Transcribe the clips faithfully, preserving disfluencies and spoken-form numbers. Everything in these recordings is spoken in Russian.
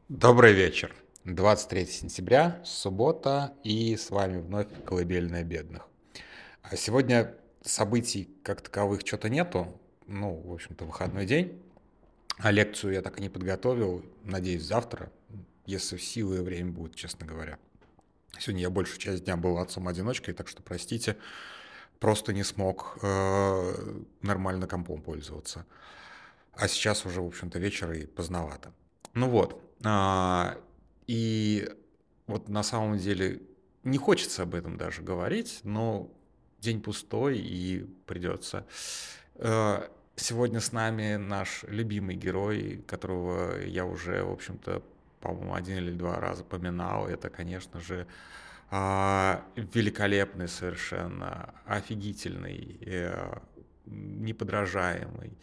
Добрый вечер. двадцать третье сентября, суббота, и с вами вновь «Колыбельная бедных». А сегодня событий как таковых что-то нету. Ну, в общем-то, выходной день. А лекцию я так и не подготовил. Надеюсь, завтра, если силы и время будет, честно говоря. Сегодня я большую часть дня был отцом-одиночкой, так что, простите, просто не смог э, нормально компом пользоваться. А сейчас уже, в общем-то, вечер и поздновато. Ну вот. а, И вот на самом деле не хочется об этом даже говорить, но день пустой и придется. Э, Сегодня с нами наш любимый герой, которого я уже, в общем-то, по-моему, один или два раза поминал. Это, конечно же, а, великолепный совершенно, офигительный, э, неподражаемый,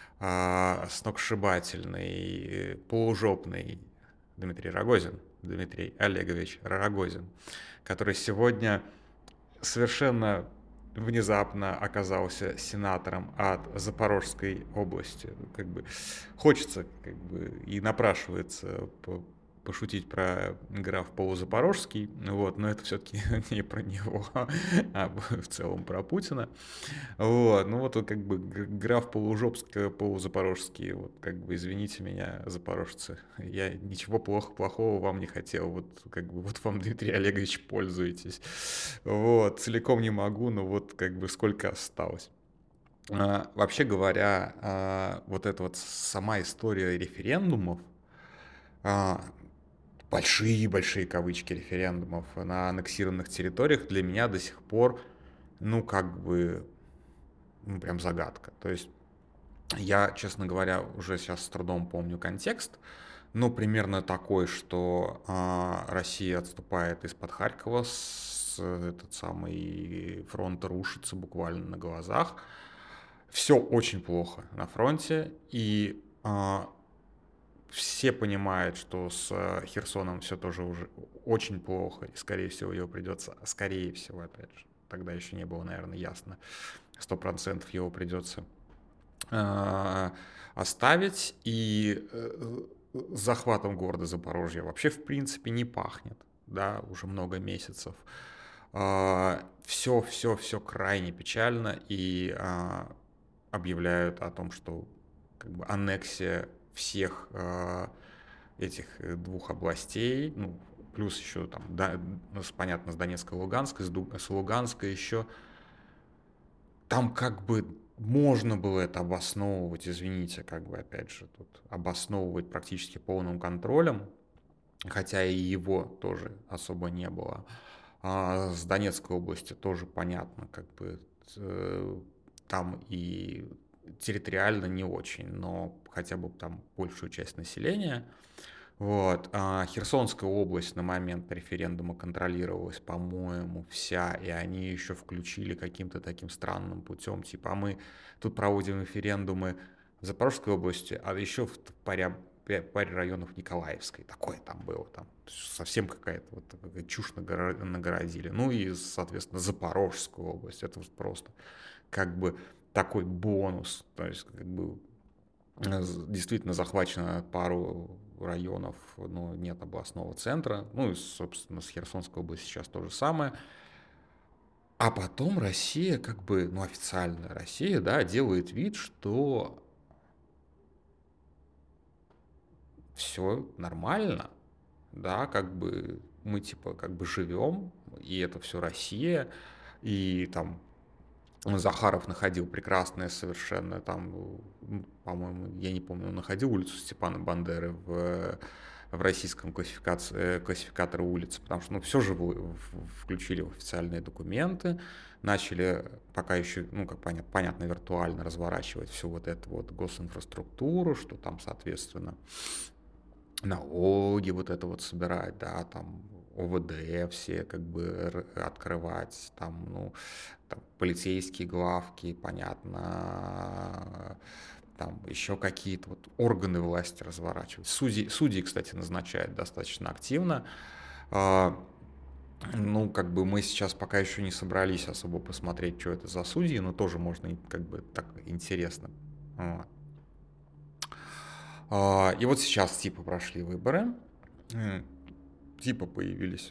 а, сногсшибательный, э, полужопный Дмитрий Рогозин, Дмитрий Олегович Рогозин, который сегодня совершенно внезапно оказался сенатором от Запорожской области. Как бы хочется, как бы и напрашивается по- пошутить про граф Полузапорожский, вот, но это все-таки не про него, а в целом про Путина. Вот, ну вот как бы граф Полужопск, Полузапорожский, вот как бы извините меня, запорожцы, я ничего плохо, плохого вам не хотел, вот как бы вот вам, Дмитрий Олегович, пользуйтесь. Вот, целиком не могу, но вот как бы сколько осталось. А, вообще говоря, а, вот эта вот сама история референдумов, а, большие-большие кавычки референдумов на аннексированных территориях для меня до сих пор, ну, как бы, ну, прям загадка. То есть я, честно говоря, уже сейчас с трудом помню контекст, но примерно такой, что а, Россия отступает из-под Харькова, с, этот самый фронт рушится буквально на глазах. Все очень плохо на фронте, и а, все понимают, что с Херсоном все тоже уже очень плохо, и, скорее всего, его придется, скорее всего, опять же, тогда еще не было, наверное, ясно, сто процентов его придется э, оставить, и э, захватом города Запорожья вообще в принципе не пахнет, да, уже много месяцев. Все, все, все крайне печально, и а, объявляют о том, что как бы аннексия всех а, этих двух областей, ну, плюс еще там, да, ну, понятно, с Донецка и Луганска, с Луганска еще, там как бы можно было это обосновывать, извините, как бы опять же тут обосновывать практически полным контролем, хотя и его тоже особо не было. А с Донецкой области тоже понятно, как бы э, там и территориально не очень, но хотя бы там большую часть населения. Вот. А Херсонская область на момент референдума контролировалась, по-моему, вся, и они еще включили каким-то таким странным путем, типа, а мы тут проводим референдумы в Запорожской области, а еще в паре, паре районов Николаевской. Такое там было, там совсем какая-то вот такая чушь нагородили. Ну и, соответственно, Запорожскую область, это вот просто как бы такой бонус, то есть как бы действительно захвачено пару районов, но нет областного центра. Ну и, собственно, с Херсонской областью сейчас то же самое. А потом Россия, как бы, ну, официальная Россия, да, делает вид, что все нормально, да, как бы мы, типа, как бы живем, и это все Россия, и там Захаров находил прекрасное совершенно там, по-моему, я не помню, он находил улицу Степана Бандеры в, в российском классификации, классификаторе улиц, потому что ну, все же включили в официальные документы, начали пока еще, ну, как понятно, понятно, виртуально разворачивать всю вот эту вот госинфраструктуру, что там, соответственно, налоги вот это вот собирать, да, там ОВД все как бы открывать, там, ну, там, полицейские главки, понятно, там еще какие-то вот органы власти разворачивать. Судьи, судьи, кстати, назначают достаточно активно. Ну, как бы мы сейчас пока еще не собрались особо посмотреть, что это за судьи, но тоже можно как бы так интересно. И вот сейчас типа прошли выборы. М, Типа появились,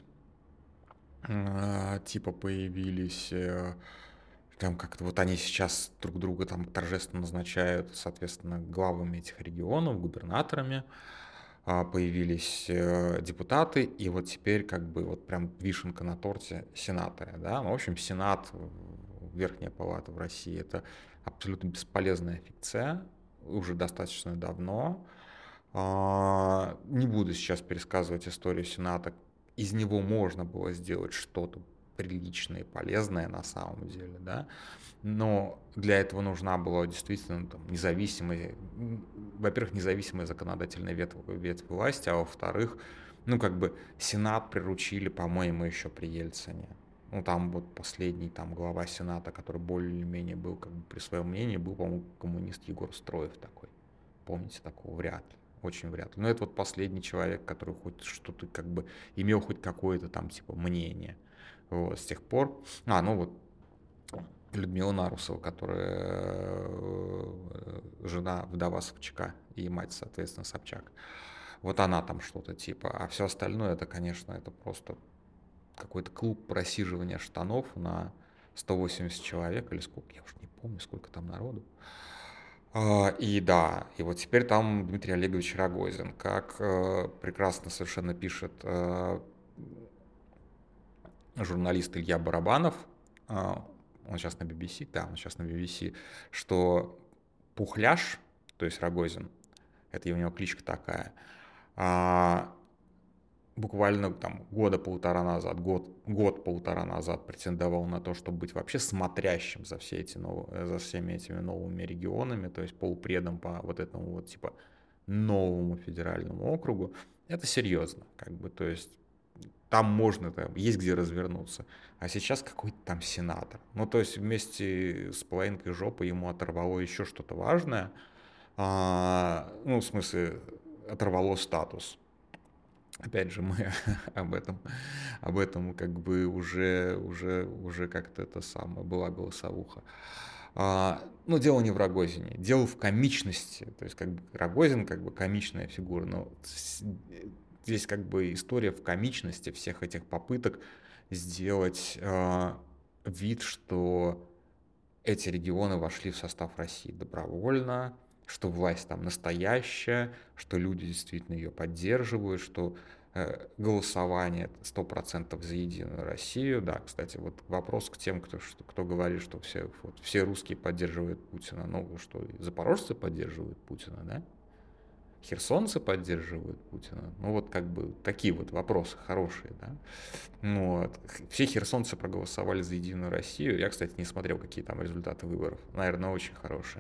а, типа появились, э, там как-то вот они сейчас друг друга там торжественно назначают, соответственно, главами этих регионов, губернаторами. А, появились э, депутаты, и вот теперь как бы вот прям вишенка на торте сенаторы, да. Ну, в общем, Сенат, э, Верхняя палата в России — это абсолютно бесполезная фикция уже достаточно давно. А, Не буду сейчас пересказывать историю Сената. Из него можно было сделать что-то приличное и полезное на самом деле, да. Но для этого нужна была действительно там независимая, м, во-первых, независимая законодательная ветвь, ветвь власти, а во-вторых, ну как бы Сенат приручили, по-моему, еще при Ельцине. Ну там вот последний там глава Сената, который более-менее был как бы при своем мнении, был, по-моему, коммунист Егор Строев такой. Помните такого? Вряд ли. Очень вряд ли. Но это вот последний человек, который хоть что-то как бы имел хоть какое-то там типа мнение. Вот, с тех пор. А, ну вот Людмила Нарусова, которая э, жена, вдова Собчака и мать, соответственно, Собчак. Вот она там что-то типа. А все остальное, это, конечно, это просто какой-то клуб просиживания штанов на сто восемьдесят человек или сколько, я уж не помню, сколько там народу. А, И да, и вот теперь там Дмитрий Олегович Рогозин, как э, прекрасно совершенно пишет э, журналист Илья Барабанов, а, он сейчас на би би си, да, он сейчас на би би си, что Пухляш, то есть Рогозин, это у него кличка такая, а, буквально там года полтора назад, год, год-полтора назад претендовал на то, чтобы быть вообще смотрящим за, все эти нов... за всеми этими новыми регионами, то есть полупредом по вот этому вот типа новому федеральному округу. Это серьезно, как бы, то есть там можно, там есть где развернуться. А сейчас какой-то там сенатор. Ну, то есть вместе с половинкой жопы ему оторвало еще что-то важное. А, ну, в смысле, оторвало статус. Опять же, мы об этом, об этом как бы уже, уже, уже как-то это самое, была голосовуха. А, но дело не в Рогозине, дело в комичности. То есть как бы Рогозин как бы комичная фигура, но здесь как бы история в комичности всех этих попыток сделать э, вид, что эти регионы вошли в состав России добровольно, что власть там настоящая, что люди действительно ее поддерживают, что э, голосование сто процентов за Единую Россию. Да, кстати, вот вопрос к тем, кто, что, кто говорит, что все, вот, все русские поддерживают Путина. Ну, что, запорожцы поддерживают Путина, да? Херсонцы поддерживают Путина. Ну, вот как бы такие вот вопросы хорошие, да. Ну, вот. Все херсонцы проголосовали за Единую Россию. Я, кстати, не смотрел, какие там результаты выборов. Наверное, очень хорошие.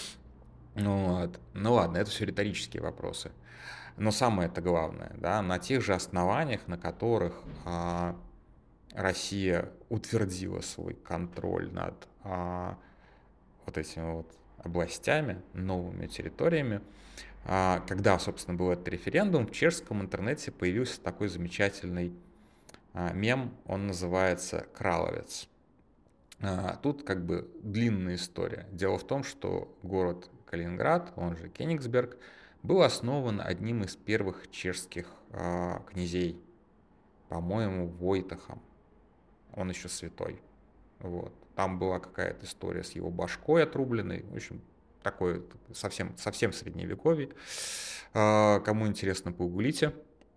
Ну, вот. Ну ладно, это все риторические вопросы. Но самое это главное, да, на тех же основаниях, на которых а, Россия утвердила свой контроль над а, вот этими вот областями, новыми территориями, а, когда, собственно, был этот референдум, в чешском интернете появился такой замечательный а, мем, он называется «Краловец». А, Тут как бы длинная история. Дело в том, что город Калининград, он же Кенигсберг, был основан одним из первых чешских а, князей, по-моему, Войтахом. Он еще святой. Вот. Там была какая-то история с его башкой отрубленной. В общем, такое совсем, совсем средневековье. А, Кому интересно, погуглите.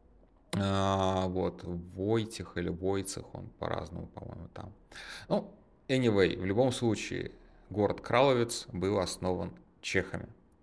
А, Вот, Войтих или Войцех, он по-разному, по-моему, там. Ну, anyway, в любом случае, город Краловец был основан чехами.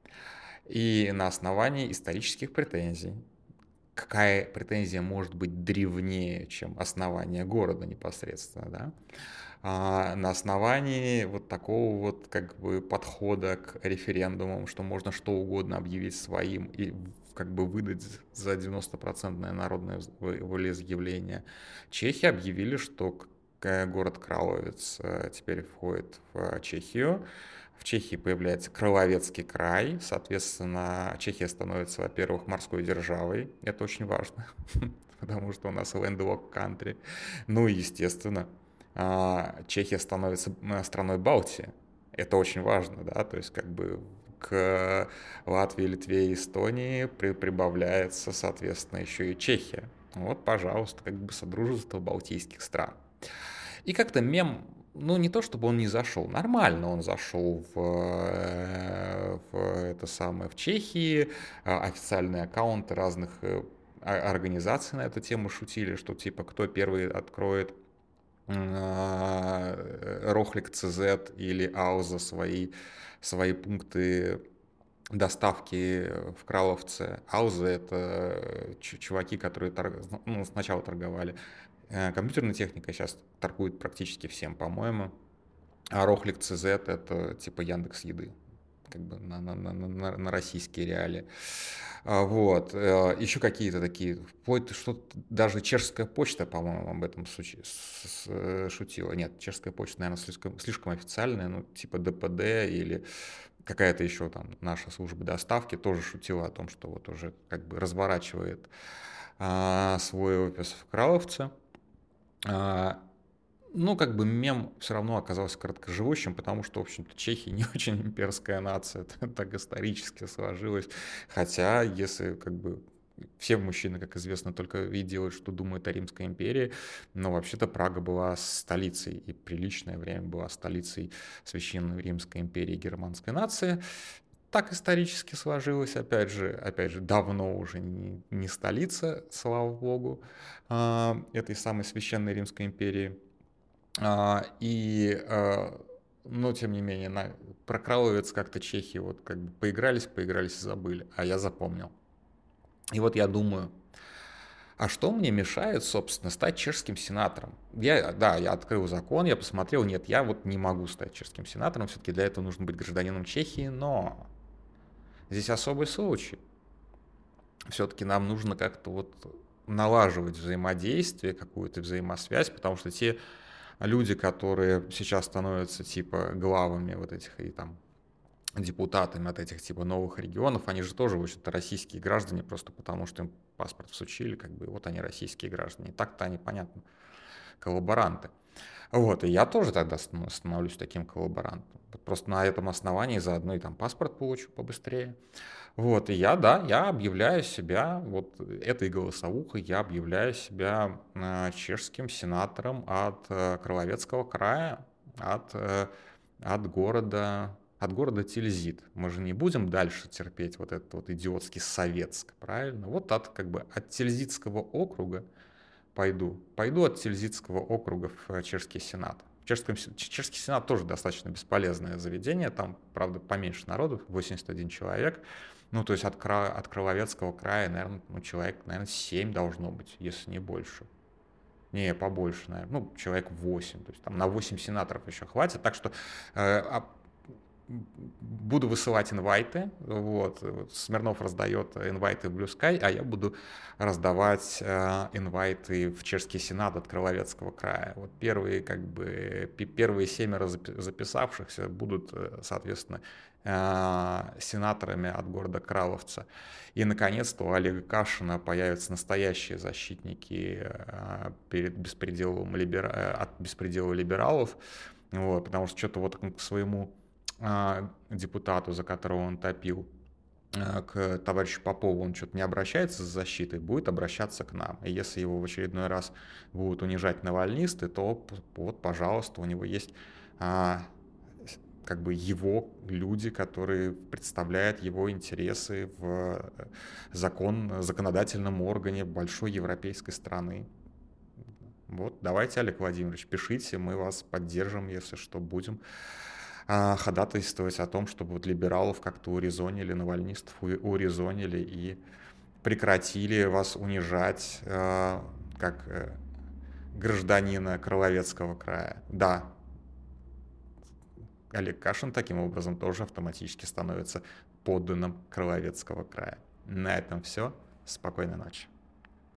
И на основании исторических претензий. Какая претензия может быть древнее, чем основание города непосредственно, да? А на основании вот такого вот как бы подхода к референдумам, что можно что угодно объявить своим и как бы выдать за девяносто процентов народное волеизъявление, чехи объявили, что город Краловец теперь входит в Чехию. В Чехии появляется Крыловецкий край, соответственно, Чехия становится, во-первых, морской державой, это очень важно, потому что у нас landlocked country, ну и, естественно, Чехия становится страной Балтии, это очень важно, да, то есть как бы к Латвии, Литве и Эстонии при- прибавляется, соответственно, еще и Чехия. Вот, пожалуйста, как бы Содружество Балтийских стран. И как-то мем, ну не то чтобы он не зашел, нормально он зашел в, э, в это самое, в Чехии, а, официальные аккаунты разных э, о- организаций на эту тему шутили, что типа кто первый откроет а, Рохлик цэ зет или Ауза свои, свои пункты доставки в Краловце. Ауза — это ч- чуваки, которые торг- ну, сначала торговали э, компьютерной техникой, сейчас торгуют практически всем, по-моему. А Рохлик цэ зет — это типа Яндекс Еды, как бы на, на, на, на, на российские реалии. А, Вот. э, Еще какие-то такие, вплоть что даже чешская почта, по-моему, об этом сучи- с- с- э, шутила. Нет, чешская почта, наверное, слишком, слишком официальная, ну, типа дэ пэ дэ или какая-то еще там наша служба доставки тоже шутила о том, что вот уже как бы разворачивает а, свой офис в Краловце. А, ну, как бы мем все равно оказался короткоживущим, потому что, в общем-то, чехи не очень имперская нация, это так исторически сложилось. Хотя, если как бы все мужчины, как известно, только и делают, что думают о Римской империи, но вообще-то Прага была столицей, и приличное время была столицей Священной Римской империи германской нации. Так исторически сложилось, опять же, опять же, давно уже не, не столица, слава богу, а, этой самой Священной Римской империи. А, И, а, но тем не менее, на, про Краловец как-то чехи вот как бы поигрались, поигрались и забыли, а я запомнил. И вот я думаю, а что мне мешает, собственно, стать чешским сенатором? Я, да, я открыл закон, я посмотрел, нет, я вот не могу стать чешским сенатором, все-таки для этого нужно быть гражданином Чехии, но здесь особый случай. Все-таки нам нужно как-то вот налаживать взаимодействие, какую-то взаимосвязь, потому что те люди, которые сейчас становятся типа главами вот этих и там депутатами от этих типа новых регионов, они же тоже, в общем-то, российские граждане, просто потому что им паспорт всучили, как бы, вот они российские граждане. И так-то они, понятно, коллаборанты. Вот, и я тоже тогда становлюсь таким коллаборантом. Просто на этом основании заодно и там паспорт получу побыстрее. Вот, и я, да, я объявляю себя, вот этой голосовухой я объявляю себя э, чешским сенатором от э, Кроловецкого края, от, э, от города, от города Тильзит. Мы же не будем дальше терпеть вот этот вот идиотский Советск, правильно? Вот от, как бы, от Тильзитского округа пойду. Пойду от Тильзитского округа в э, чешский сенат. В чешском, чешский сенат тоже достаточно бесполезное заведение, там, правда, поменьше народу, восемьдесят один человек. Ну, то есть от, кра... от Кроловецкого края, наверное, ну, человек, наверное, семь должно быть, если не больше. Не, побольше, наверное, ну, человек восемь, то есть там на восемь сенаторов еще хватит, так что э, а буду высылать инвайты, вот, вот Смирнов раздает инвайты в Blue Sky, а я буду раздавать э, инвайты в чешский сенат от Кроловецкого края. Вот первые, как бы, первые семеро записавшихся будут, соответственно, э, сенаторами от города Краловца. И, наконец-то, у Олега Кашина появятся настоящие защитники э, перед беспределом либера... от беспредела либералов, вот, потому что что-то вот к своему депутату, за которого он топил, к товарищу Попову, он что-то не обращается с защитой, будет обращаться к нам. И если его в очередной раз будут унижать навальнисты, то вот, пожалуйста, у него есть а, как бы его люди, которые представляют его интересы в закон, законодательном органе большой европейской страны. Вот, давайте, Олег Владимирович, пишите, мы вас поддержим, если что, будем ходатайствовать о том, чтобы вот либералов как-то урезонили, навальнистов урезонили и прекратили вас унижать э, как э, гражданина Кроловецкого края. Да, Олег Кашин таким образом тоже автоматически становится подданным Кроловецкого края. На этом все. Спокойной ночи.